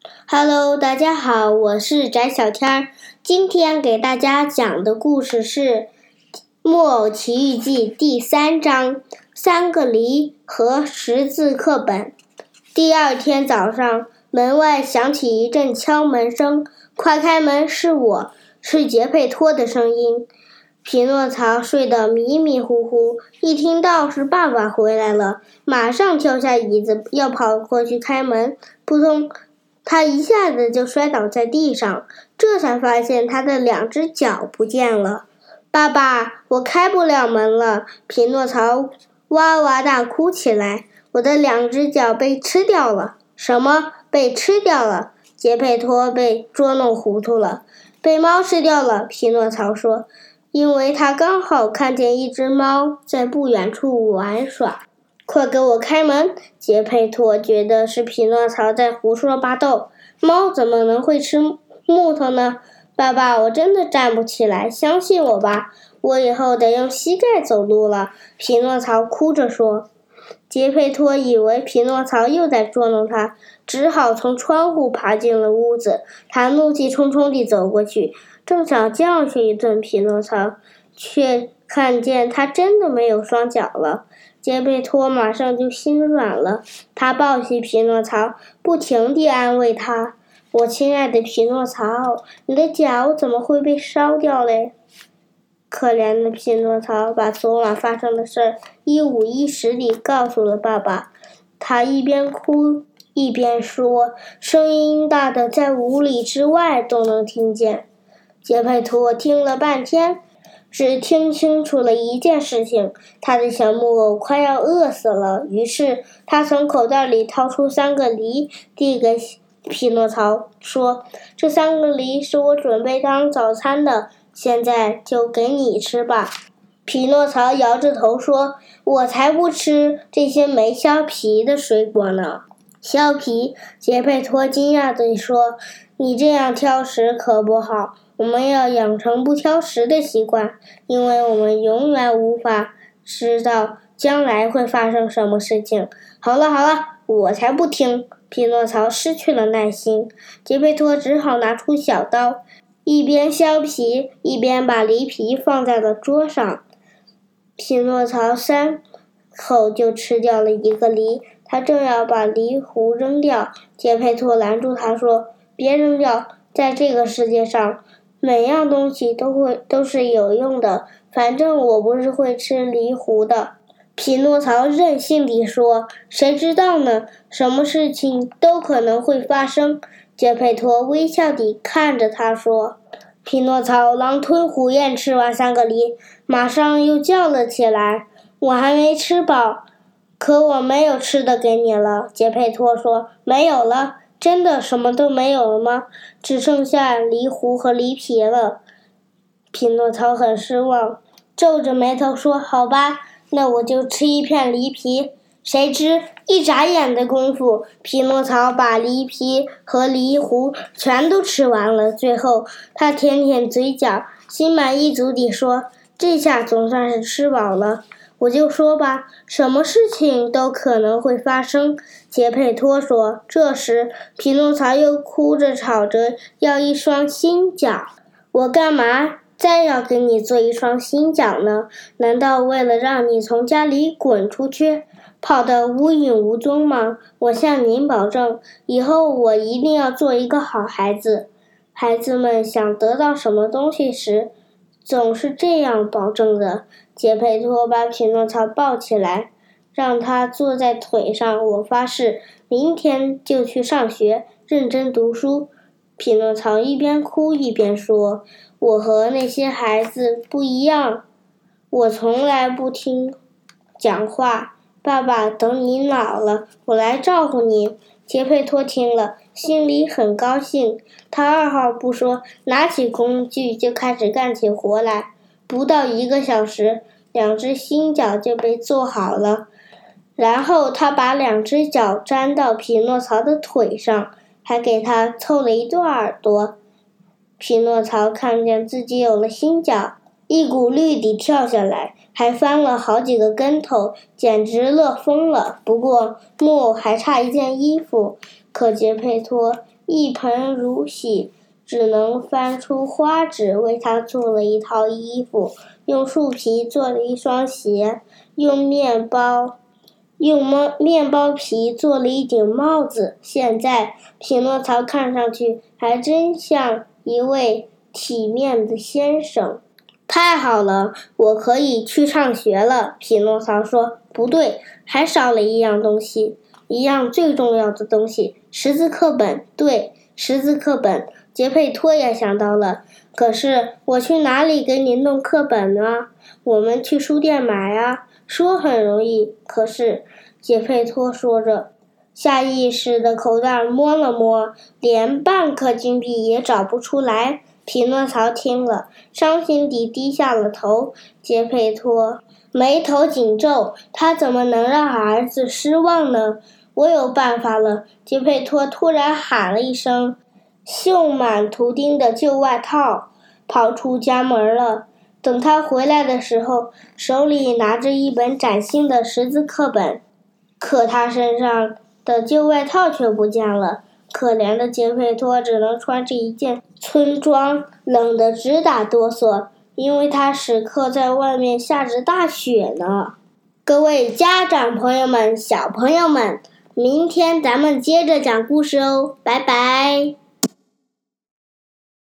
Hello， 大家好，我是翟小天儿。今天给大家讲的故事是《木偶奇遇记》第3章《3个梨和识字课本》。第二天早上，门外响起一阵敲门声，快开门，是我，是杰佩托的声音。匹诺曹睡得迷迷糊糊，一听到是爸爸回来了，马上跳下椅子要跑过去开门，扑通，他一下子就摔倒在地上，这才发现他的2只脚不见了。爸爸，我开不了门了！匹诺曹哇哇大哭起来，我的2只脚被吃掉了。什么？被吃掉了？杰佩托被捉弄糊涂了。被猫吃掉了，匹诺曹说，因为他刚好看见一只猫在不远处玩耍。快给我开门！杰佩托觉得是匹诺曹在胡说八道，猫怎么能会吃木头呢？爸爸，我真的站不起来，相信我吧，我以后得用膝盖走路了。匹诺曹哭着说。杰佩托以为匹诺曹又在捉弄他，只好从窗户爬进了屋子。他怒气冲冲地走过去，正想教训一顿匹诺曹，却看见他真的没有双脚了。杰佩托马上就心软了，他抱起匹诺曹，不停地安慰他：“我亲爱的匹诺曹，你的脚怎么会被烧掉嘞？”可怜的匹诺曹把昨晚发生的事一五一十地告诉了爸爸，他一边哭一边说，声音大得在5里之外都能听见。杰佩托听了半天，只听清楚了一件事情，他的小木偶快要饿死了。于是他从口袋里掏出3个梨，递给匹诺曹，说：“这3个梨是我准备当早餐的，现在就给你吃吧。”匹诺曹摇着头说：“我才不吃这些没削皮的水果呢。”削皮？杰佩托惊讶地说：“你这样挑食可不好。我们要养成不挑食的习惯，因为我们永远无法知道将来会发生什么事情。”好了，我才不听！匹诺曹失去了耐心，杰佩托只好拿出小刀，一边削皮，一边把梨皮放在了桌上。匹诺曹3口就吃掉了1个梨，他正要把梨核扔掉，杰佩托拦住他说：“别扔掉，在这个世界上，每样东西都是有用的，反正我不是会吃梨核的。”匹诺曹任性地说：“谁知道呢？什么事情都可能会发生。”杰佩托微笑地看着他说。匹诺曹狼吞虎咽吃完3个梨，马上又叫了起来：“我还没吃饱，可我没有吃的给你了。”杰佩托说：“没有了？真的什么都没有了吗？只剩下梨核和梨皮了。”匹诺曹很失望，皱着眉头说：“好吧，那我就吃一片梨皮。”谁知一眨眼的功夫，匹诺曹把梨皮和梨核全都吃完了。最后他舔舔嘴角，心满意足地说：“这下总算是吃饱了。”我就说吧，什么事情都可能会发生。杰佩托说。这时匹诺曹又哭着吵着要一双新脚。我干嘛再要给你做一双新脚呢？难道为了让你从家里滚出去，跑得无影无踪吗？我向您保证，以后我一定要做一个好孩子。孩子们想得到什么东西时，总是这样保证的。杰佩托把匹诺曹抱起来，让他坐在腿上。我发誓，明天就去上学，认真读书。匹诺曹一边哭一边说：“我和那些孩子不一样，我从来不听讲话。爸爸，等你老了，我来照顾你。”杰佩托听了，心里很高兴。他二话不说，拿起工具就开始干起活来。不到1个小时，2只新脚就被做好了。然后他把2只脚粘到匹诺曹的腿上，还给他凑了一对耳朵。匹诺曹看见自己有了新脚，一股绿地跳下来，还翻了好几个跟头，简直乐疯了。不过木偶还差一件衣服，可杰佩托一盆如洗，只能翻出花纸为他做了一套衣服，用树皮做了一双鞋，用面包皮做了一顶帽子。现在匹诺曹看上去还真像一位体面的先生。太好了，我可以去上学了。匹诺曹说。不对，还少了一样东西，一样最重要的东西，识字课本。对，识字课本，杰佩托也想到了。可是我去哪里给你弄课本呢？我们去书店买啊。说很容易，可是杰佩托说着，下意识的口袋摸了摸，连半颗金币也找不出来。匹诺曹听了，伤心地低下了头。杰佩托眉头紧皱，他怎么能让儿子失望呢？我有办法了！杰佩托突然喊了一声，绣满图钉的旧外套，跑出家门了。等他回来的时候，手里拿着一本崭新的识字课本，可他身上的旧外套却不见了。可怜的杰佩托只能穿着一件村装，冷得直打哆嗦，因为他时刻在外面下着大雪呢。各位家长朋友们、小朋友们，明天咱们接着讲故事哦，拜拜。